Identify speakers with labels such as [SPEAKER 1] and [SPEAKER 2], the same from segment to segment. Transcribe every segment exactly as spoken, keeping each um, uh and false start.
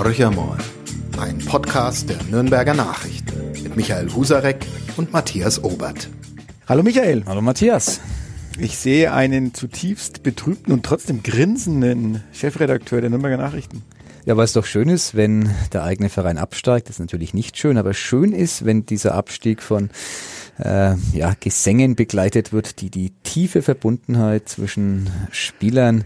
[SPEAKER 1] Horcher mal, ein Podcast der Nürnberger Nachrichten mit Michael Husarek und Matthias Obert.
[SPEAKER 2] Hallo Michael.
[SPEAKER 3] Hallo Matthias.
[SPEAKER 2] Ich sehe einen zutiefst betrübten und trotzdem grinsenden Chefredakteur der Nürnberger Nachrichten.
[SPEAKER 3] Ja, weil es doch schön ist, wenn der eigene Verein absteigt. Das ist natürlich nicht schön, aber schön ist, wenn dieser Abstieg von äh, ja, Gesängen begleitet wird, die die tiefe Verbundenheit zwischen Spielern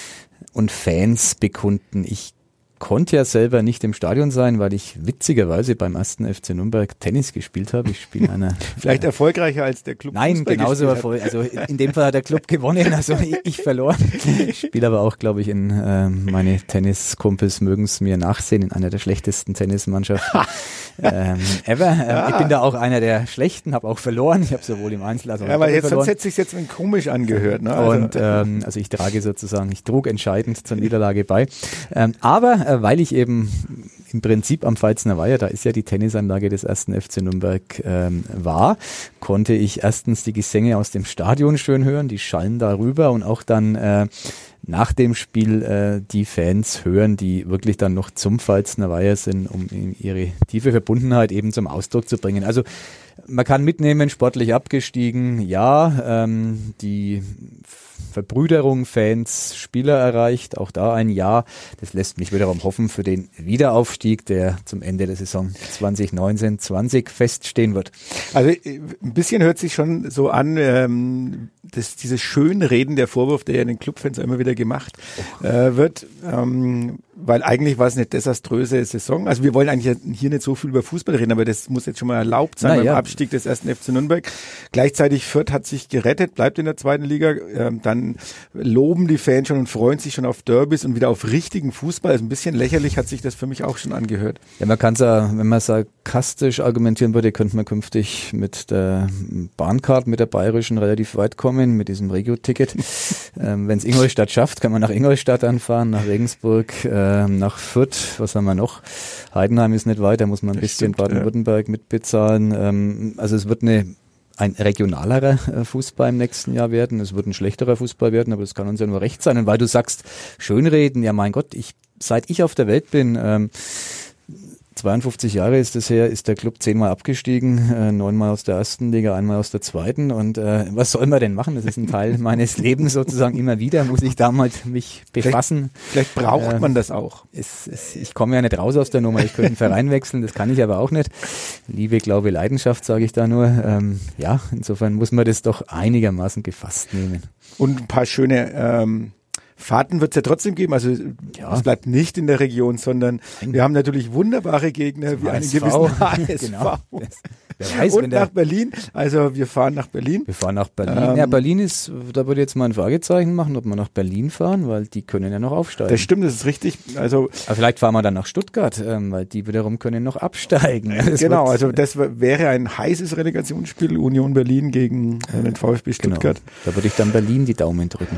[SPEAKER 3] und Fans bekunden. Ich konnte ja selber nicht im Stadion sein, weil ich witzigerweise beim ersten F C Nürnberg Tennis gespielt habe. Ich spiele einer
[SPEAKER 2] Vielleicht äh, erfolgreicher als der Club.
[SPEAKER 3] Nein, genauso erfolgreich. Also in dem Fall hat der Club gewonnen, also ich, ich verloren. Ich spiele aber auch, glaube ich, in äh, meine Tenniskumpels mögen es mir nachsehen, in einer der schlechtesten Tennismannschaften ähm, ever. Ähm, ja. Ich bin da auch einer der schlechten, habe auch verloren. Ich habe sowohl im Einzel als auch im
[SPEAKER 2] Ja, aber jetzt
[SPEAKER 3] verloren.
[SPEAKER 2] Sonst hätte es sich jetzt ein komisch angehört. Ne? Also,
[SPEAKER 3] Und ähm, also ich trage sozusagen, ich trug entscheidend zur Niederlage bei. Ähm, aber äh, weil ich eben im Prinzip am Pfalzner Weiher, da ist ja die Tennisanlage des ersten F C Nürnberg, ähm, war, konnte ich erstens die Gesänge aus dem Stadion schön hören, die schallen da rüber und auch dann äh, nach dem Spiel äh, die Fans hören, die wirklich dann noch zum Pfalzner Weiher sind, um ihre tiefe Verbundenheit eben zum Ausdruck zu bringen. Also man kann mitnehmen, sportlich abgestiegen, ja, ähm, die Verbrüderung Fans, Spieler erreicht, auch da ein Ja. Das lässt mich wiederum hoffen für den Wiederaufstieg, der zum Ende der Saison zwanzig neunzehn zwanzig feststehen wird.
[SPEAKER 2] Also ein bisschen hört sich schon so an, ähm, dass dieses Schönreden, der Vorwurf, der ja den Clubfans immer wieder gemacht äh, wird, ähm, weil eigentlich war es eine desaströse Saison. Also wir wollen eigentlich hier nicht so viel über Fußball reden, aber das muss jetzt schon mal erlaubt sein. Na, beim ja. Abstieg des ersten F C Nürnberg. Gleichzeitig Fürth hat sich gerettet, bleibt in der zweiten Liga. Ähm, dann loben die Fans schon und freuen sich schon auf Derbys und wieder auf richtigen Fußball. Also ein bisschen lächerlich hat sich das für mich auch schon angehört.
[SPEAKER 3] Ja, man kann es ja, wenn man sarkastisch argumentieren würde, könnte man künftig mit der Bahncard, mit der bayerischen relativ weit kommen, mit diesem Regio-Ticket. ähm, wenn es Ingolstadt schafft, kann man nach Ingolstadt anfahren, nach Regensburg, äh, nach Fürth. Was haben wir noch? Heidenheim ist nicht weit, da muss man ein das bisschen stimmt, Baden-Württemberg ja. mitbezahlen. Ähm, also es wird eine ein regionalerer äh, Fußball im nächsten Jahr werden. Es wird ein schlechterer Fußball werden, aber das kann uns ja nur recht sein. Und weil du sagst, schönreden, ja mein Gott, ich seit ich auf der Welt bin, ähm, zweiundfünfzig Jahre ist es her, ist der Club zehnmal abgestiegen, äh, neunmal aus der ersten Liga, einmal aus der zweiten. Und äh, was soll man denn machen? Das ist ein Teil meines Lebens sozusagen. Immer wieder muss ich damals mich befassen.
[SPEAKER 2] Vielleicht, vielleicht braucht äh, man das auch.
[SPEAKER 3] Es, es, ich komme ja nicht raus aus der Nummer. Ich könnte einen Verein wechseln, das kann ich aber auch nicht. Liebe, Glaube, Leidenschaft, sage ich da nur. Ähm, ja, insofern muss man das doch einigermaßen gefasst nehmen.
[SPEAKER 2] Und ein paar schöne ähm Fahrten wird es ja trotzdem geben, also ja. Es bleibt nicht in der Region, sondern wir haben natürlich wunderbare Gegner
[SPEAKER 3] Zum
[SPEAKER 2] wie einen
[SPEAKER 3] H S V.
[SPEAKER 2] gewissen H S V.
[SPEAKER 3] Genau. Wer weiß,
[SPEAKER 2] und
[SPEAKER 3] wenn
[SPEAKER 2] nach Berlin, also wir fahren nach Berlin.
[SPEAKER 3] Wir fahren nach Berlin.
[SPEAKER 2] Ähm,
[SPEAKER 3] ja, Berlin ist, da würde ich jetzt mal ein Fragezeichen machen, ob wir nach Berlin fahren, weil die können ja noch aufsteigen.
[SPEAKER 2] Das stimmt, das ist richtig. Also,
[SPEAKER 3] aber vielleicht fahren wir dann nach Stuttgart, ähm, weil die wiederum können noch absteigen. Das
[SPEAKER 2] genau,
[SPEAKER 3] wird,
[SPEAKER 2] also das wäre ein heißes Relegationsspiel, Union Berlin gegen äh, den VfB Stuttgart.
[SPEAKER 3] Genau. Da würde ich dann Berlin die Daumen drücken.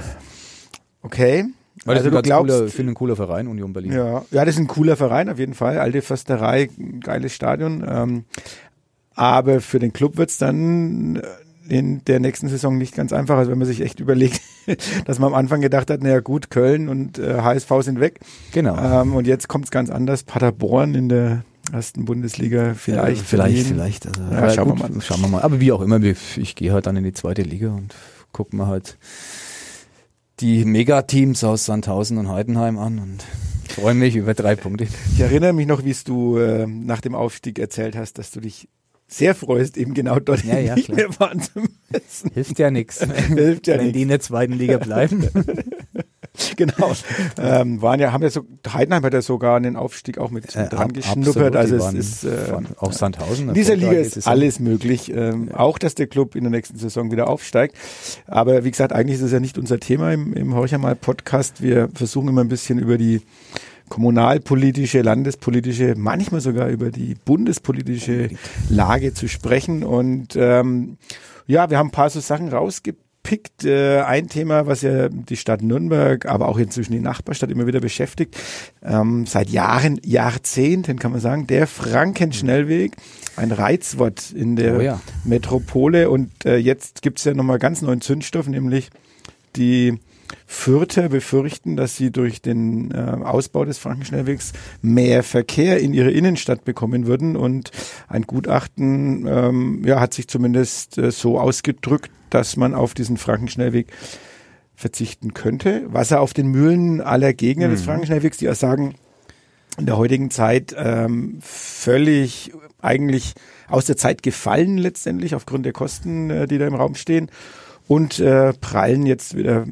[SPEAKER 2] Okay.
[SPEAKER 3] Weil
[SPEAKER 2] also
[SPEAKER 3] das
[SPEAKER 2] du glaubst,
[SPEAKER 3] cooler, ich finde ein cooler Verein, Union Berlin.
[SPEAKER 2] Ja, ja, das ist ein cooler Verein auf jeden Fall. Alte Försterei, geiles Stadion. Ähm, aber für den Club wird's dann in der nächsten Saison nicht ganz einfach. Also wenn man sich echt überlegt, dass man am Anfang gedacht hat, naja gut, Köln und äh, H S V sind weg.
[SPEAKER 3] Genau.
[SPEAKER 2] Ähm, und jetzt kommt's ganz anders. Paderborn in der ersten Bundesliga vielleicht.
[SPEAKER 3] Ja, vielleicht, vielleicht. Also,
[SPEAKER 2] ja, schauen
[SPEAKER 3] gut,
[SPEAKER 2] wir mal.
[SPEAKER 3] Schauen wir mal. Aber wie auch immer, ich gehe halt dann in die zweite Liga und gucke mir halt die Megateams aus Sandhausen und Heidenheim an und freue mich über drei Punkte.
[SPEAKER 2] Ich erinnere mich noch, wie du äh, nach dem Aufstieg erzählt hast, dass du dich sehr freust, eben genau dort
[SPEAKER 3] ja, ja,
[SPEAKER 2] nicht
[SPEAKER 3] klar.
[SPEAKER 2] mehr fahren zu müssen.
[SPEAKER 3] Hilft ja nichts,
[SPEAKER 2] Hilft ja
[SPEAKER 3] wenn
[SPEAKER 2] nix.
[SPEAKER 3] die in der zweiten Liga bleiben.
[SPEAKER 2] Genau. Ähm, waren ja, haben ja so, Heidenheim hat ja sogar einen Aufstieg auch mit
[SPEAKER 3] äh,
[SPEAKER 2] dran
[SPEAKER 3] ab,
[SPEAKER 2] geschnuppert.
[SPEAKER 3] Absolut,
[SPEAKER 2] also
[SPEAKER 3] es
[SPEAKER 2] ist äh,
[SPEAKER 3] auch Sandhausen.
[SPEAKER 2] In dieser Liga ist alles möglich. Ähm, ja. Auch, dass der Club in der nächsten Saison wieder aufsteigt. Aber wie gesagt, eigentlich ist es ja nicht unser Thema im, im Horcher mal Podcast. Wir versuchen immer ein bisschen über die kommunalpolitische, landespolitische, manchmal sogar über die bundespolitische Lage zu sprechen. Und ähm, ja, wir haben ein paar so Sachen rausgepickt. Äh, ein Thema, was ja die Stadt Nürnberg, aber auch inzwischen die Nachbarstadt immer wieder beschäftigt, ähm, seit Jahren, Jahrzehnten kann man sagen, der Frankenschnellweg, ein Reizwort in der
[SPEAKER 3] oh ja.
[SPEAKER 2] Metropole. Und äh, jetzt gibt es ja nochmal ganz neuen Zündstoff, nämlich die Fürther befürchten, dass sie durch den äh, Ausbau des Frankenschnellwegs mehr Verkehr in ihre Innenstadt bekommen würden. Und ein Gutachten ähm, ja, hat sich zumindest äh, so ausgedrückt, dass man auf diesen Frankenschnellweg verzichten könnte. Wasser auf den Mühlen aller Gegner mhm. des Frankenschnellwegs, die ja sagen, in der heutigen Zeit ähm, völlig eigentlich aus der Zeit gefallen letztendlich aufgrund der Kosten, äh, die da im Raum stehen, und äh, prallen jetzt wieder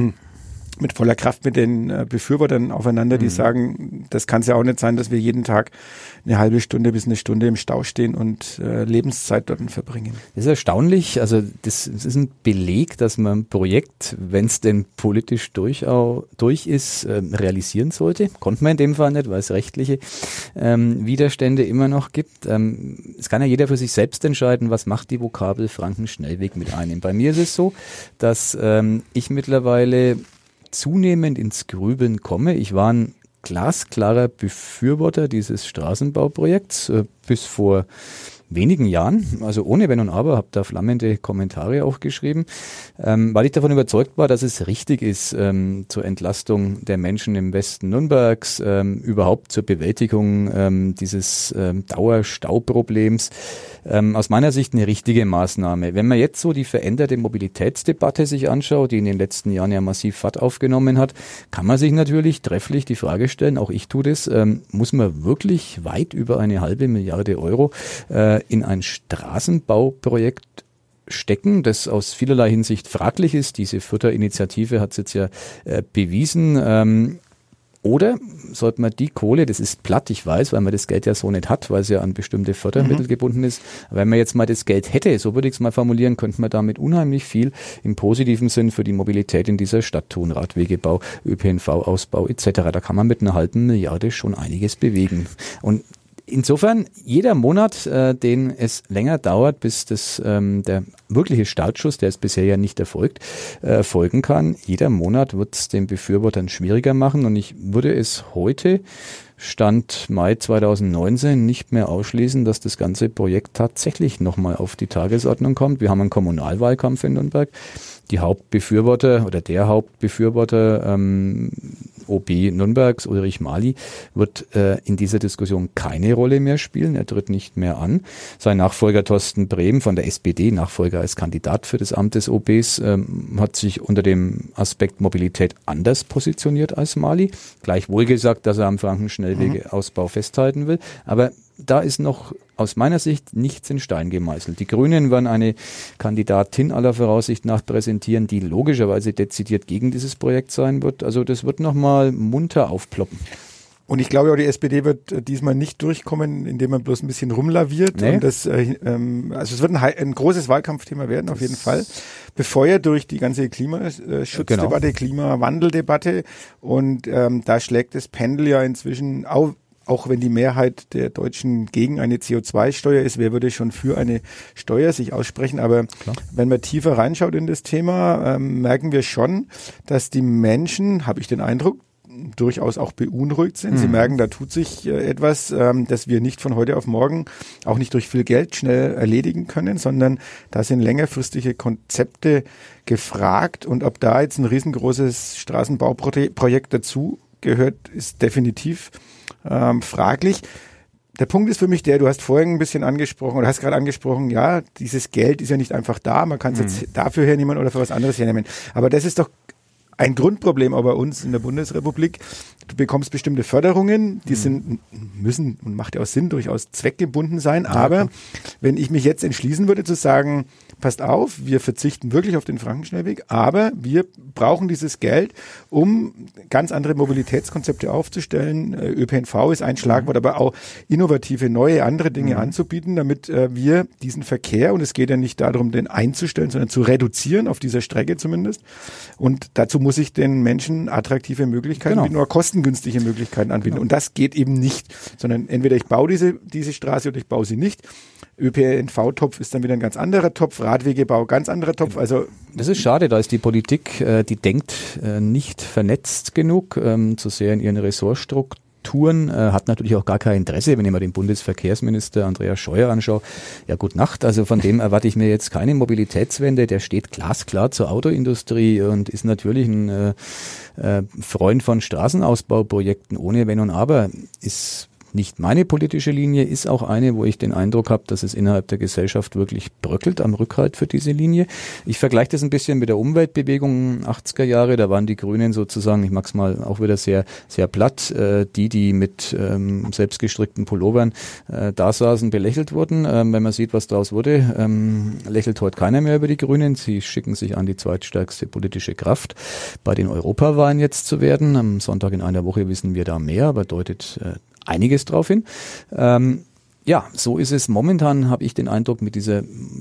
[SPEAKER 2] mit voller Kraft mit den äh, Befürwortern aufeinander, die mhm. sagen, das kann es ja auch nicht sein, dass wir jeden Tag eine halbe Stunde bis eine Stunde im Stau stehen und äh, Lebenszeit dort verbringen.
[SPEAKER 3] Das ist erstaunlich. Also das, das ist ein Beleg, dass man ein Projekt, wenn es denn politisch durch, auch, durch ist, äh, realisieren sollte. Konnte man in dem Fall nicht, weil es rechtliche ähm, Widerstände immer noch gibt. Ähm, es kann ja jeder für sich selbst entscheiden, was macht die Vokabel Frankenschnellweg mit einem. Bei mir ist es so, dass ähm, ich mittlerweile zunehmend ins Grübeln komme. Ich war ein glasklarer Befürworter dieses Straßenbauprojekts äh, bis vor wenigen Jahren, also ohne Wenn und Aber, habe da flammende Kommentare auch geschrieben, ähm, weil ich davon überzeugt war, dass es richtig ist, ähm, zur Entlastung der Menschen im Westen Nürnbergs, ähm, überhaupt zur Bewältigung ähm, dieses ähm, Dauerstauproblems, ähm, aus meiner Sicht eine richtige Maßnahme. Wenn man jetzt so die veränderte Mobilitätsdebatte sich anschaut, die in den letzten Jahren ja massiv Fahrt aufgenommen hat, kann man sich natürlich trefflich die Frage stellen, auch ich tue das, ähm, muss man wirklich weit über eine halbe Milliarde Euro äh, in ein Straßenbauprojekt stecken, das aus vielerlei Hinsicht fraglich ist. Diese Fürther Initiative hat es jetzt ja äh, bewiesen. Ähm, oder sollte man die Kohle, das ist platt, ich weiß, weil man das Geld ja so nicht hat, weil es ja an bestimmte Fördermittel mhm. gebunden ist, aber wenn man jetzt mal das Geld hätte, so würde ich es mal formulieren, könnte man damit unheimlich viel im positiven Sinn für die Mobilität in dieser Stadt tun, Radwegebau, Ö P N V-Ausbau et cetera. Da kann man mit einer halben Milliarde schon einiges bewegen. Und insofern, jeder Monat, äh, den es länger dauert, bis das ähm, der wirkliche Startschuss, der ist bisher ja nicht erfolgt, äh, erfolgen kann, jeder Monat wird es den Befürwortern schwieriger machen. Und ich würde es heute, Stand Mai zweitausendneunzehn, nicht mehr ausschließen, dass das ganze Projekt tatsächlich nochmal auf die Tagesordnung kommt. Wir haben einen Kommunalwahlkampf in Nürnberg. Die Hauptbefürworter oder der Hauptbefürworter ähm, O B Nürnbergs, Ulrich Mali, wird äh, in dieser Diskussion keine Rolle mehr spielen. Er tritt nicht mehr an. Sein Nachfolger Thorsten Brehm von der S P D, Nachfolger als Kandidat für das Amt des O Bs, ähm, hat sich unter dem Aspekt Mobilität anders positioniert als Mali. Gleichwohl gesagt, dass er am Frankenschnellwegeausbau mhm. festhalten will. Aber da ist noch aus meiner Sicht nichts in Stein gemeißelt. Die Grünen werden eine Kandidatin aller Voraussicht nach präsentieren, die logischerweise dezidiert gegen dieses Projekt sein wird. Also das wird nochmal munter aufploppen.
[SPEAKER 2] Und ich glaube auch, die S P D wird diesmal nicht durchkommen, indem man bloß ein bisschen rumlaviert. Nee. Und das, äh, ähm, also es wird ein, ein großes Wahlkampfthema werden, auf jeden Fall. Befeuert durch die ganze Klimaschutzdebatte, genau. Klimawandeldebatte. Und ähm, da schlägt das Pendel ja inzwischen auf. Auch wenn die Mehrheit der Deutschen gegen eine C O zwei Steuer ist, wer würde schon für eine Steuer sich aussprechen? Aber klar, wenn man tiefer reinschaut in das Thema, ähm, merken wir schon, dass die Menschen, habe ich den Eindruck, durchaus auch beunruhigt sind. Mhm. Sie merken, da tut sich äh, etwas, ähm, das wir nicht von heute auf morgen, auch nicht durch viel Geld schnell erledigen können, sondern da sind längerfristige Konzepte gefragt. Und ob da jetzt ein riesengroßes Straßenbauprojekt dazu gehört, ist definitiv Ähm, fraglich. Der Punkt ist für mich der, du hast vorhin ein bisschen angesprochen oder hast gerade angesprochen, ja, dieses Geld ist ja nicht einfach da, man kann es mhm. jetzt dafür hernehmen oder für was anderes hernehmen. Aber das ist doch ein Grundproblem auch bei uns in der Bundesrepublik. Du bekommst bestimmte Förderungen, die mhm. sind, müssen und macht ja auch Sinn, durchaus zweckgebunden sein. Ja, aber klar, wenn ich mich jetzt entschließen würde zu sagen, passt auf, wir verzichten wirklich auf den Frankenschnellweg, aber wir brauchen dieses Geld, um ganz andere Mobilitätskonzepte aufzustellen. Ö P N V ist ein Schlagwort, aber auch innovative, neue, andere Dinge mhm. anzubieten, damit äh, wir diesen Verkehr, und es geht ja nicht darum, den einzustellen, sondern zu reduzieren, auf dieser Strecke zumindest. Und dazu muss ich den Menschen attraktive Möglichkeiten genau. bieten oder kostengünstige Möglichkeiten anbieten. Genau. Und das geht eben nicht, sondern entweder ich baue diese, diese Straße oder ich baue sie nicht. Ö P N V-Topf ist dann wieder ein ganz anderer Topf, Radwegebau ganz anderer Topf. Also
[SPEAKER 3] das ist schade, da ist die Politik, äh, die denkt äh, nicht vernetzt genug, ähm, zu sehr in ihren Ressortstrukturen Touren, äh, hat natürlich auch gar kein Interesse, wenn ich mal den Bundesverkehrsminister Andreas Scheuer anschaue. Ja, gute Nacht, also von dem erwarte ich mir jetzt keine Mobilitätswende, der steht glasklar zur Autoindustrie und ist natürlich ein äh, äh, Freund von Straßenausbauprojekten ohne Wenn und Aber, ist nicht meine politische Linie, ist auch eine, wo ich den Eindruck habe, dass es innerhalb der Gesellschaft wirklich bröckelt am Rückhalt für diese Linie. Ich vergleiche das ein bisschen mit der Umweltbewegung achtziger Jahre, da waren die Grünen sozusagen, ich mag es mal auch wieder sehr sehr platt, äh, die, die mit ähm, selbstgestrickten Pullovern äh, da saßen, belächelt wurden. Ähm, wenn man sieht, was daraus wurde, ähm, lächelt heute keiner mehr über die Grünen. Sie schicken sich an, die zweitstärkste politische Kraft bei den Europawahlen jetzt zu werden. Am Sonntag in einer Woche wissen wir da mehr, aber deutet äh, einiges drauf hin. Ähm, ja, so ist es momentan, habe ich den Eindruck, mit dieser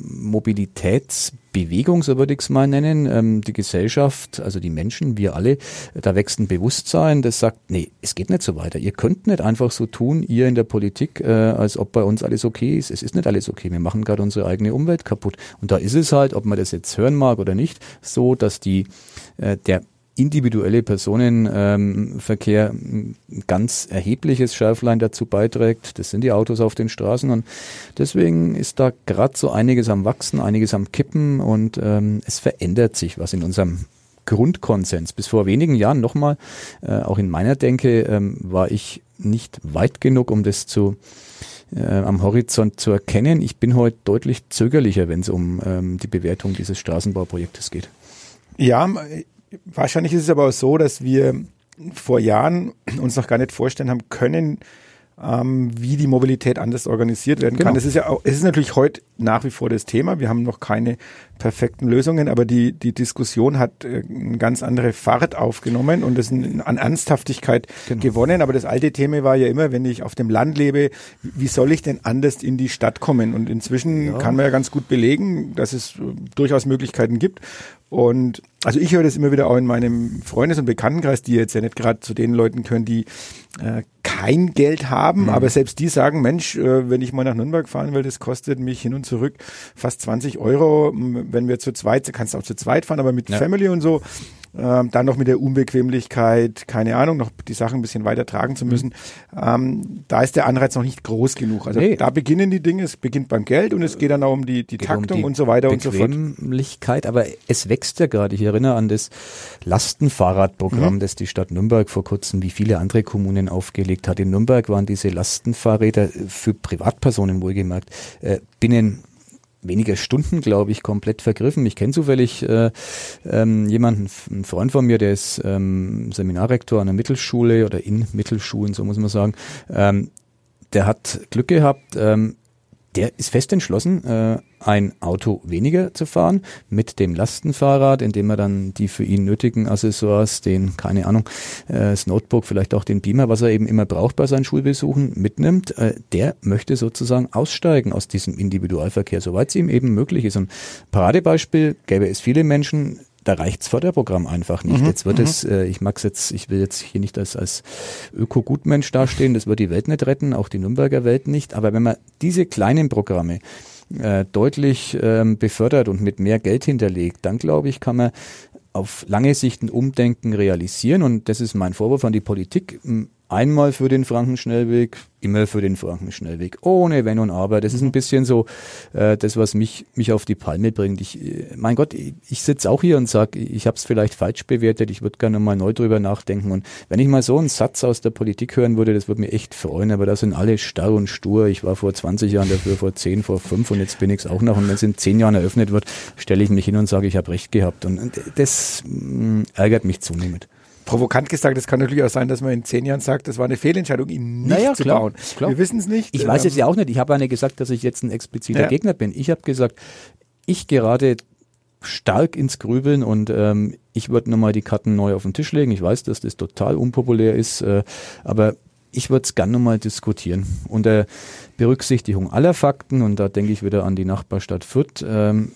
[SPEAKER 3] Mobilitätsbewegung, so würde ich es mal nennen, ähm, die Gesellschaft, also die Menschen, wir alle, da wächst ein Bewusstsein, das sagt, nee, es geht nicht so weiter. Ihr könnt nicht einfach so tun, ihr in der Politik, äh, als ob bei uns alles okay ist. Es ist nicht alles okay. Wir machen gerade unsere eigene Umwelt kaputt. Und da ist es halt, ob man das jetzt hören mag oder nicht, so, dass die äh, der individuelle Personenverkehr ähm, ein ganz erhebliches Schärflein dazu beiträgt. Das sind die Autos auf den Straßen und deswegen ist da gerade so einiges am Wachsen, einiges am Kippen und ähm, es verändert sich was in unserem Grundkonsens. Bis vor wenigen Jahren nochmal, äh, auch in meiner Denke, ähm, war ich nicht weit genug, um das zu äh, am Horizont zu erkennen. Ich bin heute deutlich zögerlicher, wenn es um ähm, die Bewertung dieses Straßenbauprojektes geht.
[SPEAKER 2] Ja, wahrscheinlich ist es aber auch so, dass wir vor Jahren uns noch gar nicht vorstellen haben können, ähm, wie die Mobilität anders organisiert werden
[SPEAKER 3] Genau.
[SPEAKER 2] kann. Es ist ja auch, es ist natürlich heute nach wie vor das Thema. Wir haben noch keine perfekten Lösungen, aber die, die Diskussion hat äh, eine ganz andere Fahrt aufgenommen und es an Ernsthaftigkeit
[SPEAKER 3] Genau.
[SPEAKER 2] gewonnen. Aber das alte Thema war ja immer, wenn ich auf dem Land lebe, wie soll ich denn anders in die Stadt kommen? Und inzwischen
[SPEAKER 3] Ja.
[SPEAKER 2] kann man ja ganz gut belegen, dass es äh, durchaus Möglichkeiten gibt. Und also ich höre das immer wieder auch in meinem Freundes- und Bekanntenkreis, die jetzt ja nicht gerade zu den Leuten gehören, die äh, kein Geld haben, mhm. aber selbst die sagen, Mensch, äh, wenn ich mal nach Nürnberg fahren will, das kostet mich hin und zurück fast zwanzig Euro. Wenn wir zu zweit, kannst du auch zu zweit fahren, aber mit
[SPEAKER 3] ja.
[SPEAKER 2] Family und so, ähm, dann noch mit der Unbequemlichkeit, keine Ahnung, noch die Sachen ein bisschen weiter tragen zu müssen. Mhm. Ähm, da ist der Anreiz noch nicht groß genug. Also
[SPEAKER 3] nee.
[SPEAKER 2] da beginnen die Dinge, es beginnt beim Geld und es geht dann auch um die, die Taktung um die und so weiter und so fort.
[SPEAKER 3] Bequemlichkeit, aber es wächst ja gerade. Ich erinnere an das Lastenfahrradprogramm, mhm. das die Stadt Nürnberg vor kurzem wie viele andere Kommunen aufgelegt hat. In Nürnberg waren diese Lastenfahrräder für Privatpersonen wohlgemerkt äh, binnen weniger Stunden, glaube ich, komplett vergriffen. Ich kenne zufällig äh, ähm, jemanden, einen Freund von mir, der ist ähm, Seminarrektor an einer Mittelschule oder in Mittelschulen, so muss man sagen. Ähm, der hat Glück gehabt, ähm, der ist fest entschlossen, äh, ein Auto weniger zu fahren mit dem Lastenfahrrad, indem er dann die für ihn nötigen Accessoires, den, keine Ahnung, äh, das Notebook, vielleicht auch den Beamer, was er eben immer braucht bei seinen Schulbesuchen, mitnimmt. Äh, der möchte sozusagen aussteigen aus diesem Individualverkehr, soweit es ihm eben möglich ist. Und Paradebeispiel gäbe es viele Menschen, da reicht's Förderprogramm einfach nicht. Mhm, jetzt wird es, äh, ich mag's jetzt, ich will jetzt hier nicht als, als Öko-Gutmensch dastehen, das wird die Welt nicht retten, auch die Nürnberger Welt nicht, aber wenn man diese kleinen Programme äh, deutlich ähm, befördert und mit mehr Geld hinterlegt, dann glaube ich, kann man auf lange Sicht ein Umdenken realisieren und das ist mein Vorwurf an die Politik. Einmal für den Frankenschnellweg, immer für den Frankenschnellweg, ohne Wenn und Aber. Das ist ein bisschen so äh, das, was mich mich auf die Palme bringt. Ich, mein Gott, ich, ich sitze auch hier und sage, ich habe es vielleicht falsch bewertet, ich würde gerne mal neu drüber nachdenken. Und wenn ich mal so einen Satz aus der Politik hören würde, das würde mich echt freuen, aber da sind alle starr und stur. Ich war vor zwanzig Jahren dafür, vor zehn, vor fünf und jetzt bin ich es auch noch. Und wenn es in zehn Jahren eröffnet wird, stelle ich mich hin und sage, ich habe recht gehabt. Und das mh, ärgert mich zunehmend.
[SPEAKER 2] Provokant gesagt, es kann natürlich auch sein, dass man in zehn Jahren sagt, das war eine Fehlentscheidung, ihn nicht
[SPEAKER 3] naja,
[SPEAKER 2] zu
[SPEAKER 3] klar,
[SPEAKER 2] bauen.
[SPEAKER 3] Klar.
[SPEAKER 2] Wir wissen es nicht.
[SPEAKER 3] Ich weiß es ja auch nicht. Ich habe ja nicht gesagt, dass ich jetzt ein expliziter ja. Gegner bin. Ich habe gesagt, ich gerate stark ins Grübeln und ähm, ich würde nochmal die Karten neu auf den Tisch legen. Ich weiß, dass das total unpopulär ist, äh, aber ich würde es gerne nochmal diskutieren. Unter Berücksichtigung aller Fakten, und da denke ich wieder an die Nachbarstadt Fürth, ähm,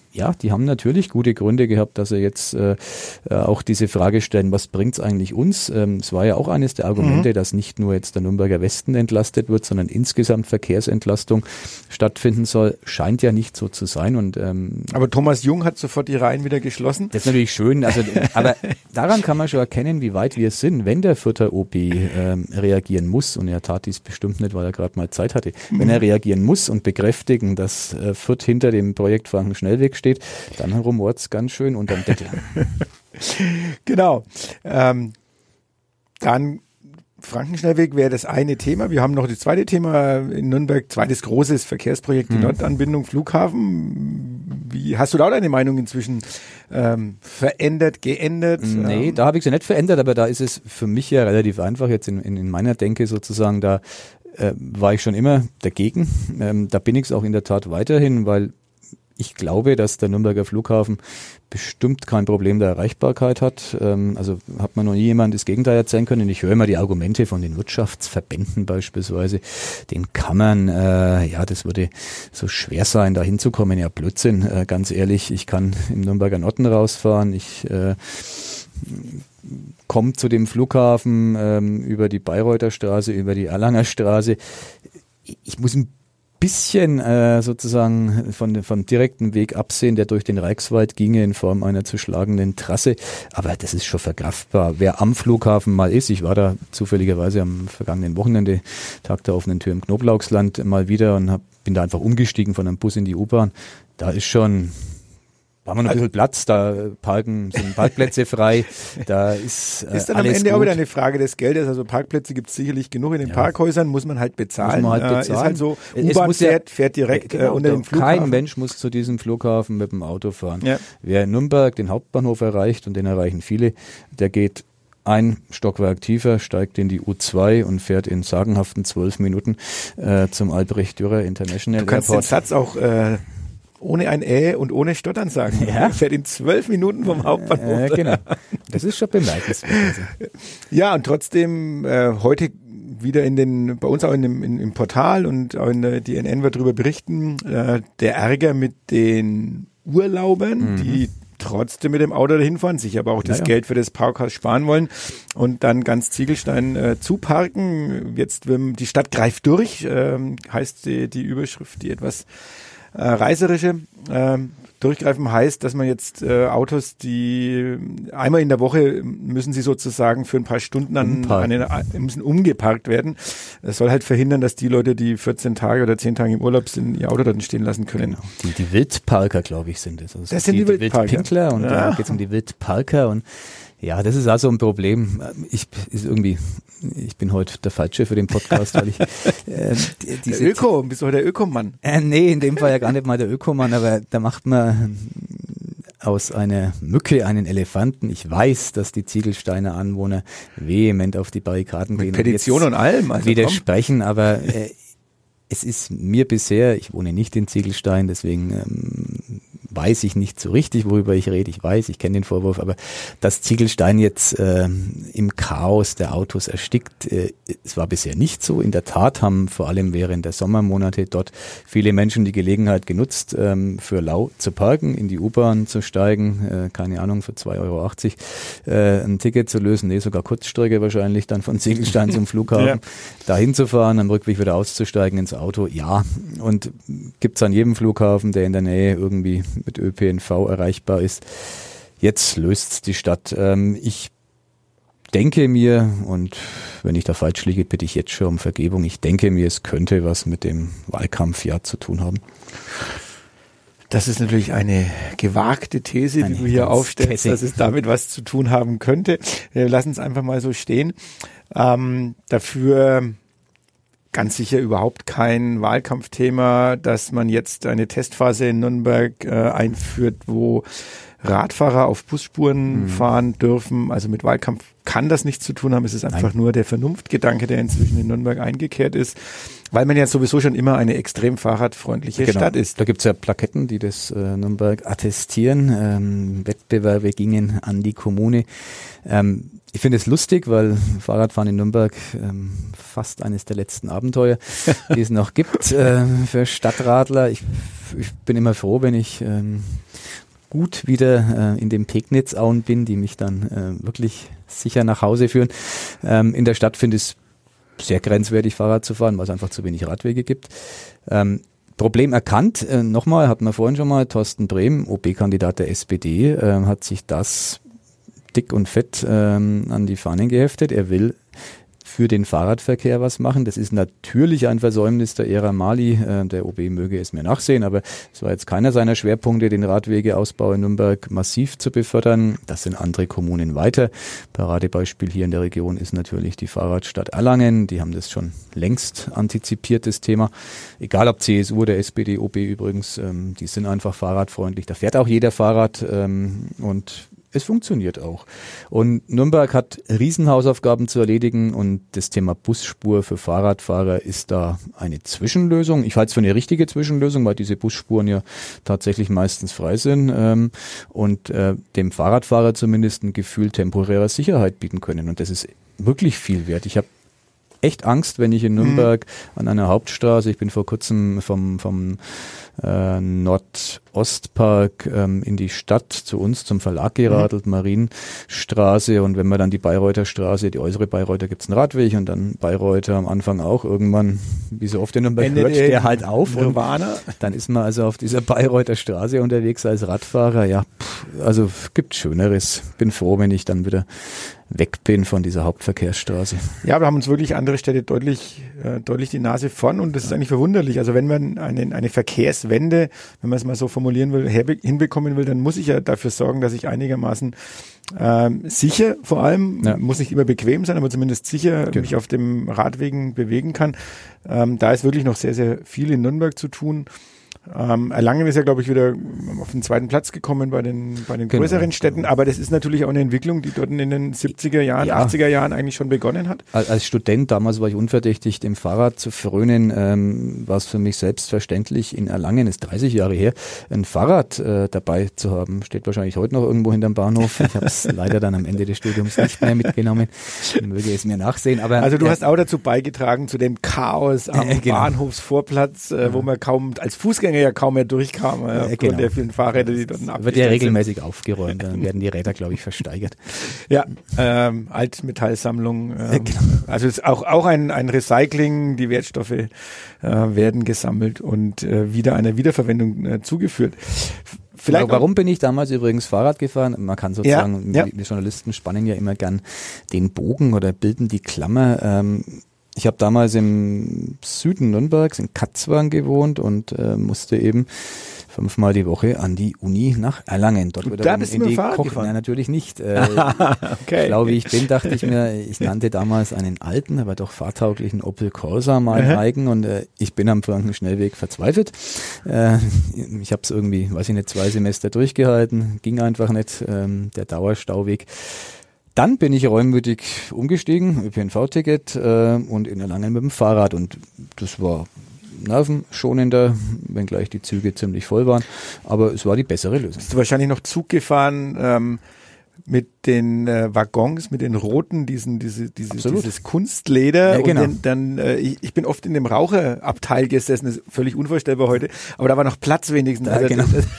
[SPEAKER 3] ja, die haben natürlich gute Gründe gehabt, dass sie jetzt äh, auch diese Frage stellen, was bringt's eigentlich uns? Ähm, es war ja auch eines der Argumente, mhm. dass nicht nur jetzt der Nürnberger Westen entlastet wird, sondern insgesamt Verkehrsentlastung stattfinden soll. Scheint ja nicht so zu sein. Und ähm,
[SPEAKER 2] aber Thomas Jung hat sofort die Reihen wieder geschlossen.
[SPEAKER 3] Das ist natürlich schön, also aber daran kann man schon erkennen, wie weit wir sind, wenn der Fürther O B ähm, reagieren muss, und er tat dies bestimmt nicht, weil er gerade mal Zeit hatte, mhm. wenn er reagieren muss und bekräftigen, dass äh, Fürth hinter dem Projekt Frankenschnellweg steht, dann rumort's ganz schön unterm Deckel.
[SPEAKER 2] Genau. Ähm, dann Frankenschnellweg wäre das eine Thema. Wir haben noch das zweite Thema in Nürnberg, zweites großes Verkehrsprojekt, die hm. Nordanbindung Flughafen. Wie hast du da deine Meinung inzwischen ähm, verändert, geändert?
[SPEAKER 3] Nee, da habe ich sie nicht verändert, aber da ist es für mich ja relativ einfach jetzt in, in, in meiner Denke sozusagen, da äh, war ich schon immer dagegen. Ähm, da bin ich es auch in der Tat weiterhin, weil ich glaube, dass der Nürnberger Flughafen bestimmt kein Problem der Erreichbarkeit hat. Ähm, also hat man noch nie jemand das Gegenteil erzählen können. Ich höre immer die Argumente von den Wirtschaftsverbänden beispielsweise, den Kammern. Äh, ja, das würde so schwer sein, da hinzukommen. Ja, Blödsinn, äh, ganz ehrlich. Ich kann im Nürnberger Norden rausfahren. Ich äh, komme zu dem Flughafen ähm, über die Bayreuther Straße, über die Erlanger Straße. Ich muss ein bisschen äh, sozusagen von vom direkten Weg absehen, der durch den Reichswald ginge in Form einer zu schlagenden Trasse, aber das ist schon verkraftbar. Wer am Flughafen mal ist, ich war da zufälligerweise am vergangenen Wochenende, Tag der offenen Tür im Knoblauchsland mal wieder und hab, bin da einfach umgestiegen von einem Bus in die U-Bahn. Da ist schon Da haben wir noch ein bisschen Platz, da parken, sind Parkplätze frei, da ist äh,
[SPEAKER 2] Ist dann
[SPEAKER 3] alles
[SPEAKER 2] am Ende
[SPEAKER 3] gut.
[SPEAKER 2] auch wieder eine Frage des Geldes, also Parkplätze gibt es sicherlich genug in den
[SPEAKER 3] Ja.
[SPEAKER 2] Parkhäusern, muss man halt bezahlen.
[SPEAKER 3] Muss man halt bezahlen.
[SPEAKER 2] Äh, ist halt so,
[SPEAKER 3] Es
[SPEAKER 2] U-Bahn
[SPEAKER 3] muss ja-
[SPEAKER 2] fährt, fährt direkt
[SPEAKER 3] Genau,
[SPEAKER 2] äh, unter dem Flughafen.
[SPEAKER 3] Kein Mensch muss zu diesem Flughafen mit dem Auto fahren.
[SPEAKER 2] Ja.
[SPEAKER 3] Wer in Nürnberg den Hauptbahnhof erreicht, und den erreichen viele, der geht ein Stockwerk tiefer, steigt in die U zwei und fährt in sagenhaften zwölf Minuten äh, zum Albrecht-Dürer International
[SPEAKER 2] Du kannst
[SPEAKER 3] Airport.
[SPEAKER 2] den Satz auch äh, ohne ein Ä und ohne Stottern sagen.
[SPEAKER 3] Ja.
[SPEAKER 2] Fährt in zwölf Minuten vom Hauptbahnhof.
[SPEAKER 3] Äh, genau. Das ist schon bemerkenswert. Also.
[SPEAKER 2] Ja, und trotzdem äh, heute wieder in den, bei uns auch in dem, in, im Portal und auch in der D N N wird darüber berichten, äh, der Ärger mit den Urlaubern,
[SPEAKER 3] Mhm.
[SPEAKER 2] die trotzdem mit dem Auto dahin fahren, sich aber auch das
[SPEAKER 3] Ja, ja.
[SPEAKER 2] Geld für das Parkhaus sparen wollen und dann ganz Ziegelstein äh, zuparken. Jetzt, wenn die Stadt greift durch, ähm, heißt die, die Überschrift, die etwas äh, reißerische, ähm, durchgreifen heißt, dass man jetzt äh, Autos, die einmal in der Woche müssen sie sozusagen für ein paar Stunden an, an den, müssen umgeparkt werden. Das soll halt verhindern, dass die Leute, die vierzehn Tage oder zehn Tage im Urlaub sind, ihr Auto dort stehen lassen können.
[SPEAKER 3] Genau. Die, die Wildparker, glaube ich, sind es. Also
[SPEAKER 2] Das sind die Wildparker.
[SPEAKER 3] Wildpinkler und
[SPEAKER 2] Ja.
[SPEAKER 3] da geht es um die Wildparker und ja, das ist also ein Problem. Ich ist irgendwie, ich bin heute der Falsche für den Podcast, weil ich äh, die- diese
[SPEAKER 2] Der Öko, bist du heute der Ökomann?
[SPEAKER 3] Äh, nee, in dem Fall ja gar nicht mal der Ökomann, aber da macht man aus einer Mücke einen Elefanten. Ich weiß, dass die Ziegelsteiner Anwohner vehement auf die Barrikaden
[SPEAKER 2] Mit
[SPEAKER 3] gehen.
[SPEAKER 2] Petition und allem. Also komm.
[SPEAKER 3] widersprechen, aber äh, es ist mir bisher, ich wohne nicht in Ziegelstein, deswegen ähm, weiß ich nicht so richtig, worüber ich rede. Ich weiß, ich kenne den Vorwurf, aber dass Ziegelstein jetzt ähm, im Chaos der Autos erstickt, äh, es war bisher nicht so. In der Tat haben vor allem während der Sommermonate dort viele Menschen die Gelegenheit genutzt, ähm, für lau zu parken, in die U-Bahn zu steigen, äh, keine Ahnung, für zwei Euro achtzig äh, ein Ticket zu lösen, nee, sogar Kurzstrecke wahrscheinlich, dann von Ziegelstein zum Flughafen,
[SPEAKER 2] Ja.
[SPEAKER 3] dahin zu fahren, am Rückweg wieder auszusteigen ins Auto, ja. Und gibt's an jedem Flughafen, der in der Nähe irgendwie mit Ö P N V erreichbar ist. Jetzt löst's die Stadt. Ähm, ich denke mir, und wenn ich da falsch liege, bitte ich jetzt schon um Vergebung, ich denke mir, es könnte was mit dem Wahlkampfjahr zu tun haben.
[SPEAKER 2] Das ist natürlich eine gewagte These,
[SPEAKER 3] Eine
[SPEAKER 2] die du hier
[SPEAKER 3] ganz
[SPEAKER 2] aufstellst,
[SPEAKER 3] Kessel.
[SPEAKER 2] dass es damit was zu tun haben könnte. Wir lassen es einfach mal so stehen. Ähm, dafür ganz sicher überhaupt kein Wahlkampfthema, dass man jetzt eine Testphase in Nürnberg äh, einführt, wo Radfahrer auf Busspuren
[SPEAKER 3] Mhm.
[SPEAKER 2] fahren dürfen. Also mit Wahlkampf kann das nichts zu tun haben. Es ist einfach
[SPEAKER 3] Nein.
[SPEAKER 2] nur der Vernunftgedanke, der inzwischen in Nürnberg eingekehrt ist, weil man ja sowieso schon immer eine extrem fahrradfreundliche
[SPEAKER 3] Genau.
[SPEAKER 2] Stadt ist.
[SPEAKER 3] Da gibt's ja Plaketten, die das äh, Nürnberg attestieren. Ähm, Wettbewerbe gingen an die Kommune. Ähm, Ich finde es lustig, weil Fahrradfahren in Nürnberg ähm, fast eines der letzten Abenteuer, die es noch gibt äh, für Stadtradler. Ich, ich bin immer froh, wenn ich ähm, gut wieder äh, in den Pegnitzauen bin, die mich dann äh, wirklich sicher nach Hause führen. Ähm, in der Stadt finde ich es sehr grenzwertig, Fahrrad zu fahren, weil es einfach zu wenig Radwege gibt. Ähm, Problem erkannt. Äh, nochmal, hatten wir vorhin schon mal, Thorsten Brehm, O B-Kandidat der S P D, äh, hat sich das dick und fett ähm, an die Fahnen geheftet. Er will für den Fahrradverkehr was machen. Das ist natürlich ein Versäumnis der Ära Mali. Äh, der O B möge es mir nachsehen, aber es war jetzt keiner seiner Schwerpunkte, den Radwegeausbau in Nürnberg massiv zu befördern. Das sind andere Kommunen weiter. Paradebeispiel hier in der Region ist natürlich die Fahrradstadt Erlangen. Die haben das schon längst antizipiert, das Thema. Egal ob C S U oder S P D, O B übrigens, ähm, die sind einfach fahrradfreundlich. Da fährt auch jeder Fahrrad ähm, und es funktioniert auch. Und Nürnberg hat Riesenhausaufgaben zu erledigen und das Thema Busspur für Fahrradfahrer ist da eine Zwischenlösung. Ich halte es für eine richtige Zwischenlösung, weil diese Busspuren ja tatsächlich meistens frei sind ähm, und äh, dem Fahrradfahrer zumindest ein Gefühl temporärer Sicherheit bieten können. Und das ist wirklich viel wert. Ich habe echt Angst, wenn ich in Nürnberg mhm. an einer Hauptstraße, ich bin vor kurzem vom, vom äh, Nordostpark ähm, in die Stadt zu uns zum Verlag geradelt, mhm. Marienstraße, und wenn man dann die Bayreuther Straße, die äußere Bayreuther gibt es einen Radweg und dann Bayreuther am Anfang auch irgendwann, wie so oft in Nürnberg,
[SPEAKER 2] Ende
[SPEAKER 3] hört der halt auf
[SPEAKER 2] Nirvana.
[SPEAKER 3] Und dann ist man also auf dieser Bayreuther Straße unterwegs als Radfahrer. Ja, pff, also gibt Schöneres. Bin froh, wenn ich dann wieder weg bin von dieser Hauptverkehrsstraße.
[SPEAKER 2] Ja, wir haben uns wirklich andere Städte deutlich, äh, deutlich die Nase vorn, und das ist eigentlich verwunderlich. Also wenn man eine, eine Verkehrswende, wenn man es mal so formulieren will, herbe- hinbekommen will, dann muss ich ja dafür sorgen, dass ich einigermaßen ähm, sicher, vor allem, ja. muss nicht immer bequem sein, aber zumindest sicher genau. mich auf dem Radwegen bewegen kann. Ähm, da ist wirklich noch sehr, sehr viel in Nürnberg zu tun. Ähm, Erlangen ist ja, glaube ich, wieder auf den zweiten Platz gekommen bei den, bei den
[SPEAKER 3] genau,
[SPEAKER 2] größeren Städten,
[SPEAKER 3] genau.
[SPEAKER 2] aber das ist natürlich auch eine Entwicklung, die dort in den siebziger Jahren, ja. achtziger Jahren eigentlich schon begonnen hat.
[SPEAKER 3] Als Student, damals war ich unverdächtig, dem Fahrrad zu frönen, ähm, war es für mich selbstverständlich, in Erlangen, ist dreißig Jahre her, ein Fahrrad äh, dabei zu haben. Steht wahrscheinlich heute noch irgendwo hinterm Bahnhof. Ich habe es leider dann am Ende des Studiums nicht mehr mitgenommen. Möge es mir nachsehen. Aber
[SPEAKER 2] also du
[SPEAKER 3] äh,
[SPEAKER 2] hast auch dazu beigetragen, zu dem Chaos am
[SPEAKER 3] äh, genau.
[SPEAKER 2] Bahnhofsvorplatz, äh, wo man kaum, als Fußgänger ja kaum mehr durchkam, äh, aufgrund genau. der vielen Fahrräder, die dort abgestellt
[SPEAKER 3] wird ja regelmäßig
[SPEAKER 2] sind.
[SPEAKER 3] aufgeräumt, dann werden die Räder, glaube ich, versteigert.
[SPEAKER 2] Ja, ähm, Altmetallsammlung, ähm,
[SPEAKER 3] äh, genau.
[SPEAKER 2] also es ist auch, auch ein, ein Recycling, die Wertstoffe äh, werden gesammelt und äh, wieder einer Wiederverwendung äh, zugeführt. Vielleicht
[SPEAKER 3] Warum bin ich damals übrigens Fahrrad gefahren? Man kann sozusagen,
[SPEAKER 2] ja, ja.
[SPEAKER 3] wir Journalisten spannen ja immer gern den Bogen oder bilden die Klammer. Ähm, ich habe damals im Süden Nürnbergs in Katzwang gewohnt und äh, musste eben fünfmal die Woche an die Uni nach Erlangen. Dort
[SPEAKER 2] da bist
[SPEAKER 3] in
[SPEAKER 2] du mit
[SPEAKER 3] die
[SPEAKER 2] dem Fahrrad
[SPEAKER 3] Koch-
[SPEAKER 2] gefahren?
[SPEAKER 3] Nein, natürlich nicht. Äh,
[SPEAKER 2] okay.
[SPEAKER 3] Schlau wie ich bin, dachte ich mir, ich nannte damals einen alten, aber doch fahrtauglichen Opel Corsa mal
[SPEAKER 2] Aha.
[SPEAKER 3] eigen, und äh, ich bin am Frankenschnellweg verzweifelt. Äh, ich habe es irgendwie, weiß ich nicht, zwei Semester durchgehalten, ging einfach nicht, ähm, der Dauerstauweg. Dann bin ich reumütig umgestiegen, Ö P N V-Ticket äh, und in Erlangen mit dem Fahrrad, und das war nervenschonender, wenngleich die Züge ziemlich voll waren, aber es war die bessere Lösung.
[SPEAKER 2] Bist du wahrscheinlich noch Zug gefahren ähm, mit den äh, Waggons, mit den roten, diesen, diese, diese, dieses Kunstleder.
[SPEAKER 3] Ja, genau.
[SPEAKER 2] Und dann, dann äh, ich, ich bin oft in dem Raucherabteil gesessen, das ist völlig unvorstellbar heute, aber da war noch Platz wenigstens.
[SPEAKER 3] Ja,
[SPEAKER 2] also,
[SPEAKER 3] genau.
[SPEAKER 2] das,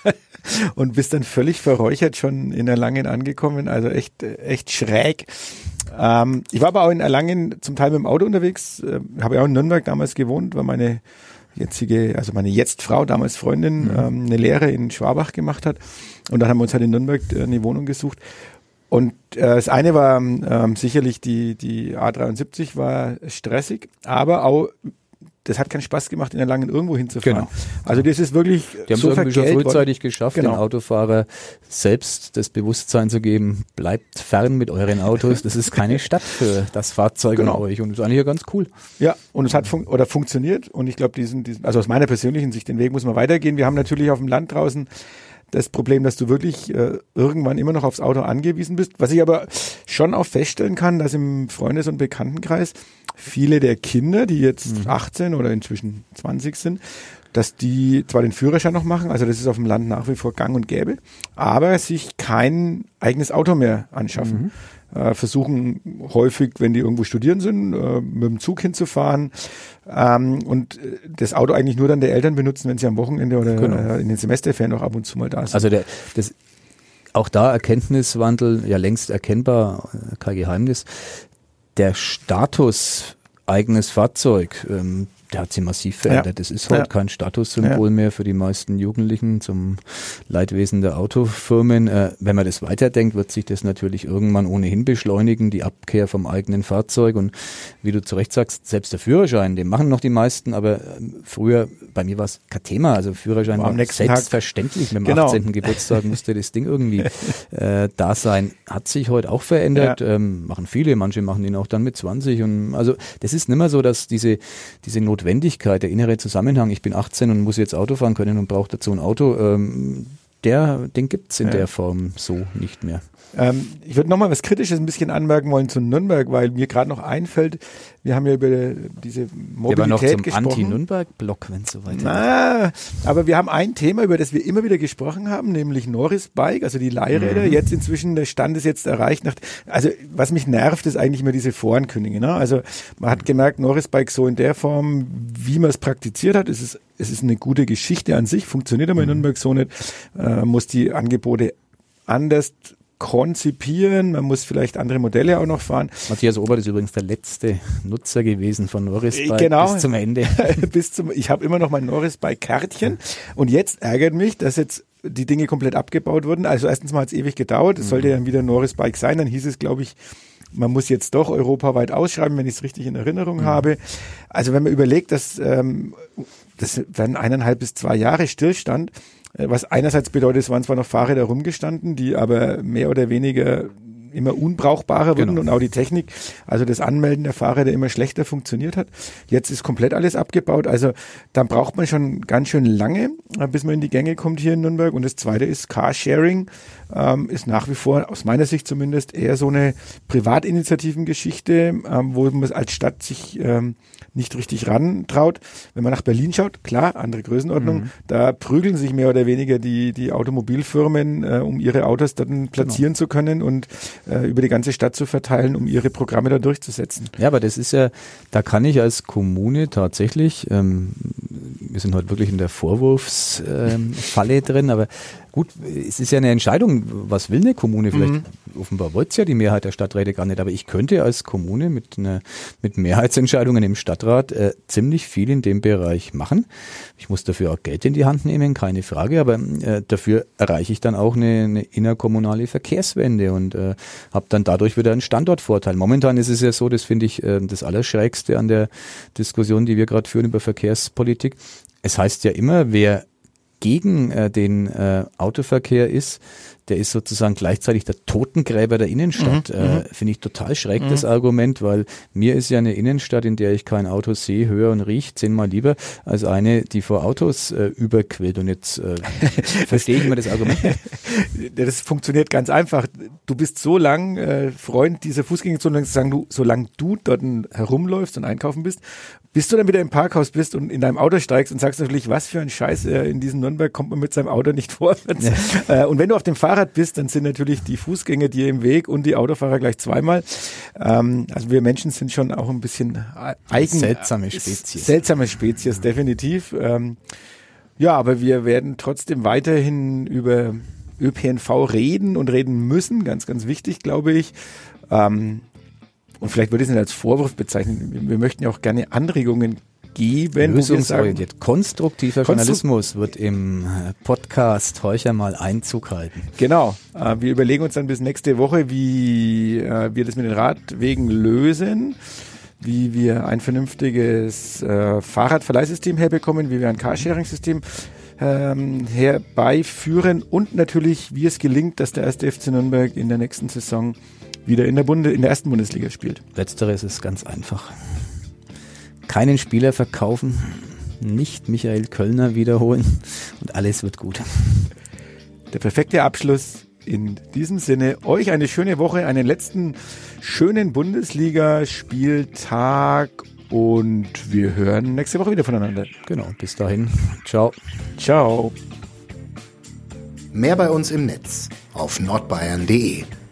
[SPEAKER 2] und bist dann völlig verräuchert schon in Erlangen angekommen, also echt, echt schräg. Ähm, ich war aber auch in Erlangen zum Teil mit dem Auto unterwegs, äh, habe ja auch in Nürnberg damals gewohnt, weil meine jetzige, also meine Jetzt-Frau, damals Freundin, mhm. ähm, eine Lehre in Schwabach gemacht hat, und dann haben wir uns halt in Nürnberg äh, eine Wohnung gesucht. Und äh, das eine war ähm, sicherlich die, die A dreiundsiebzig war stressig, aber auch das hat keinen Spaß gemacht, in Erlangen irgendwo hinzufahren.
[SPEAKER 3] Genau.
[SPEAKER 2] Also das ist wirklich
[SPEAKER 3] Die haben
[SPEAKER 2] so
[SPEAKER 3] es irgendwie schon frühzeitig geschafft,
[SPEAKER 2] genau.
[SPEAKER 3] den Autofahrer selbst das Bewusstsein zu geben, bleibt fern mit euren Autos, das ist keine Stadt für das Fahrzeug
[SPEAKER 2] genau.
[SPEAKER 3] und euch, und das ist eigentlich ja ganz cool.
[SPEAKER 2] Ja, und es hat fun- oder funktioniert, und ich glaube, diesen, diesen, also aus meiner persönlichen Sicht, den Weg muss man weitergehen. Wir haben natürlich auf dem Land draußen das Problem, dass du wirklich äh, irgendwann immer noch aufs Auto angewiesen bist. Was ich aber schon auch feststellen kann, dass im Freundes- und Bekanntenkreis viele der Kinder, die jetzt mhm. achtzehn oder inzwischen zwanzig sind, dass die zwar den Führerschein noch machen, also das ist auf dem Land nach wie vor gang und gäbe, aber sich kein eigenes Auto mehr anschaffen. äh, versuchen häufig, wenn die irgendwo studieren sind, äh, mit dem Zug hinzufahren ähm, und das Auto eigentlich nur dann der Eltern benutzen, wenn sie am Wochenende oder genau. äh, in den Semesterferien noch ab und zu mal da sind.
[SPEAKER 3] Also der, das, auch da Erkenntniswandel, ja längst erkennbar, kein Geheimnis. Der Status eigenes Fahrzeug, ähm, der hat sich massiv verändert. Ja. Das ist heute ja. kein Statussymbol ja. mehr für die meisten Jugendlichen zum Leidwesen der Autofirmen. Äh, wenn man das weiterdenkt, wird sich das natürlich irgendwann ohnehin beschleunigen, die Abkehr vom eigenen Fahrzeug. Und wie du zu Recht sagst, selbst der Führerschein, den machen noch die meisten, aber äh, früher, bei mir war es kein Thema, also Führerschein war, war selbstverständlich. Tag. Mit dem genau. achtzehnten Geburtstag musste das Ding irgendwie äh, da sein. Hat sich heute auch verändert, ja. ähm, machen viele, manche machen ihn auch dann mit zwanzig. Und also das ist nicht mehr so, dass diese, diese Notwendigkeit Notwendigkeit, der innere Zusammenhang, ich bin achtzehn und muss jetzt Auto fahren können und brauche dazu ein Auto, ähm, der, den gibt es in ja. der Form so nicht mehr.
[SPEAKER 2] Ähm, ich würde nochmal was Kritisches ein bisschen anmerken wollen zu Nürnberg, weil mir gerade noch einfällt, wir haben ja über diese Mobilität
[SPEAKER 3] aber noch zum
[SPEAKER 2] gesprochen.
[SPEAKER 3] Anti-Nürnberg-Block, wenn es so weitergeht.
[SPEAKER 2] Na, aber wir haben ein Thema, über das wir immer wieder gesprochen haben, nämlich Norris Bike, also die Leihräder. Mhm. Jetzt inzwischen, der Stand ist jetzt erreicht. Nach, also was mich nervt, ist eigentlich immer diese Vorankündigung. Ne? Also man hat gemerkt, Norris Bike so in der Form, wie man es praktiziert hat, es ist, es ist eine gute Geschichte an sich, funktioniert aber in
[SPEAKER 3] Mhm.
[SPEAKER 2] Nürnberg so nicht, äh, muss die Angebote anders konzipieren, man muss vielleicht andere Modelle auch noch fahren.
[SPEAKER 3] Matthias Obert ist übrigens der letzte Nutzer gewesen von Norris Bike
[SPEAKER 2] genau.
[SPEAKER 3] bis zum Ende.
[SPEAKER 2] bis zum, ich habe immer noch mein Norris Bike Kärtchen und jetzt ärgert mich, dass jetzt die Dinge komplett abgebaut wurden. Also erstens mal hat es ewig gedauert, es mhm. sollte dann wieder Norris Bike sein, dann hieß es, glaube ich, man muss jetzt doch europaweit ausschreiben, wenn ich es richtig in Erinnerung mhm. habe. Also wenn man überlegt, dass ähm, das werden eineinhalb bis zwei Jahre Stillstand, was einerseits bedeutet, es waren zwar noch Fahrräder rumgestanden, die aber mehr oder weniger immer unbrauchbarer wurden genau. und auch die Technik, also das Anmelden der Fahrräder immer schlechter funktioniert hat. Jetzt ist komplett alles abgebaut, also dann braucht man schon ganz schön lange, bis man in die Gänge kommt hier in Nürnberg. Und das Zweite ist Carsharing, ähm, ist nach wie vor, aus meiner Sicht zumindest, eher so eine Privatinitiativengeschichte, ähm, wo man als Stadt sich ähm, nicht richtig rantraut. Wenn man nach Berlin schaut, klar, andere Größenordnung, mhm. da prügeln sich mehr oder weniger die, die Automobilfirmen, äh, um ihre Autos dann platzieren genau. zu können und äh, über die ganze Stadt zu verteilen, um ihre Programme da durchzusetzen.
[SPEAKER 3] Ja, aber das ist ja, da kann ich als Kommune tatsächlich, ähm, wir sind heute wirklich in der Vorwurfsfalle ähm, drin, aber gut, es ist ja eine Entscheidung, was will eine Kommune? Vielleicht, mhm. offenbar wollte es ja die Mehrheit der Stadträte gar nicht, aber ich könnte als Kommune mit einer, mit Mehrheitsentscheidungen im Stadtrat äh, ziemlich viel in dem Bereich machen. Ich muss dafür auch Geld in die Hand nehmen, keine Frage, aber äh, dafür erreiche ich dann auch eine, eine innerkommunale Verkehrswende und äh, habe dann dadurch wieder einen Standortvorteil. Momentan ist es ja so, das finde ich äh, das Allerschrägste an der Diskussion, die wir gerade führen über Verkehrspolitik. Es heißt ja immer, wer gegen äh, den äh, Autoverkehr ist, der ist sozusagen gleichzeitig der Totengräber der Innenstadt. Mhm, äh, Finde ich total schräg, mhm. das Argument, weil mir ist ja eine Innenstadt, in der ich kein Auto sehe, höre und rieche, zehnmal lieber als eine, die vor Autos äh, überquillt. Und jetzt äh, verstehe ich immer das Argument.
[SPEAKER 2] Das funktioniert ganz einfach. Du bist so lang äh, Freund dieser Fußgängerzone, sagen du, solange du dort herumläufst und einkaufen bist, bis du dann wieder im Parkhaus bist und in deinem Auto steigst und sagst natürlich, was für ein Scheiß, äh, in diesem Nürnberg kommt man mit seinem Auto nicht vorwärts. Ja. Äh, und wenn du auf dem Fahrrad bist, dann sind natürlich die Fußgänger dir im Weg und die Autofahrer gleich zweimal. Ähm, also wir Menschen sind schon auch ein bisschen eigen.
[SPEAKER 3] Seltsame Spezies.
[SPEAKER 2] Seltsame Spezies, definitiv. Ähm, ja, aber wir werden trotzdem weiterhin über Ö P N V reden und reden müssen. Ganz, ganz wichtig, glaube ich. Ähm, Und vielleicht würde ich es nicht als Vorwurf bezeichnen. Wir möchten ja auch gerne Anregungen geben.
[SPEAKER 3] Lösungsorientiert. Konstruktiver Konstru- Journalismus wird im Podcast Horcher mal Einzug halten.
[SPEAKER 2] Genau. Äh, wir überlegen uns dann bis nächste Woche, wie äh, wir das mit den Radwegen lösen, wie wir ein vernünftiges äh, Fahrradverleihsystem herbekommen, wie wir ein Carsharing-System ähm, herbeiführen und natürlich, wie es gelingt, dass der erste F C Nürnberg in der nächsten Saison wieder in der Bunde, in der ersten Bundesliga spielt.
[SPEAKER 3] Letzteres ist ganz einfach. Keinen Spieler verkaufen, nicht Michael Kölner wiederholen und alles wird gut.
[SPEAKER 2] Der perfekte Abschluss in diesem Sinne. Euch eine schöne Woche, einen letzten schönen Bundesligaspieltag und wir hören nächste Woche wieder voneinander.
[SPEAKER 3] Genau, bis dahin. Ciao.
[SPEAKER 2] Ciao.
[SPEAKER 1] Mehr bei uns im Netz auf nordbayern punkt de.